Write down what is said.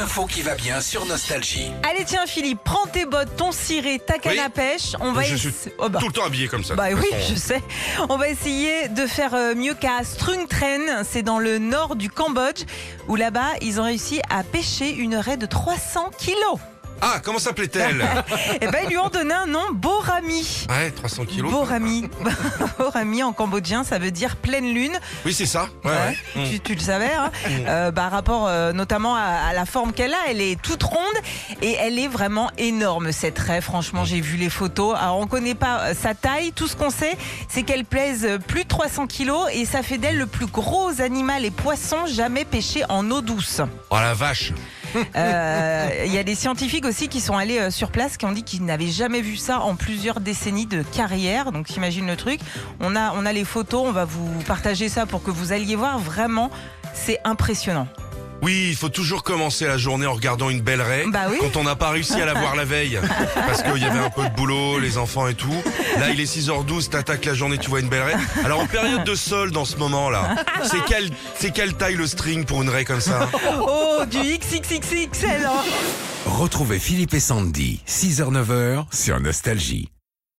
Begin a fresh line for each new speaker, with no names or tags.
l'info qui va bien sur Nostalgie.
Allez tiens Philippe, prends tes bottes, ton ciré, ta canne à pêche. On va
Je suis tout le temps habillé comme ça.
Bah
de toute
oui,
façon.
je sais. On va essayer de faire mieux qu'à Strung Tren. C'est dans le nord du Cambodge où là-bas, ils ont réussi à pêcher une raie de 300 kilos.
Ah, comment s'appelait-elle?
Et ben ils lui ont donné un nom, Borami.
Ouais, 300 kilos.
Borami. Borami en cambodgien, ça veut dire pleine lune.
Oui, c'est ça. Ouais.
Tu le savais, hein. Rapport notamment à la forme qu'elle a, elle est toute ronde et elle est vraiment énorme cette raie. Franchement, j'ai vu les photos. Alors on connaît pas sa taille, tout ce qu'on sait, c'est qu'elle pèse plus de 300 kilos et ça fait d'elle le plus gros animal et poisson jamais pêché en eau douce.
Oh la vache.
Il y a des scientifiques aussi qui sont allés sur place qui ont dit qu'ils n'avaient jamais vu ça en plusieurs décennies de carrière. Donc t'imagines le truc. On a les photos, on va vous partager ça pour que vous alliez voir. Vraiment, c'est impressionnant.
Oui, il faut toujours commencer la journée en regardant une belle raie.
Bah oui.
Quand on n'a pas réussi à la voir la veille. Parce qu'il y avait un peu de boulot, les enfants et tout. Là, il est 6h12, t'attaques la journée, tu vois une belle raie. Alors en période de solde en ce moment là, c'est quelle taille le string pour une raie comme ça?
Oh, du XXXXL hein.
Retrouvez Philippe et Sandy, 6h-9h sur Nostalgie.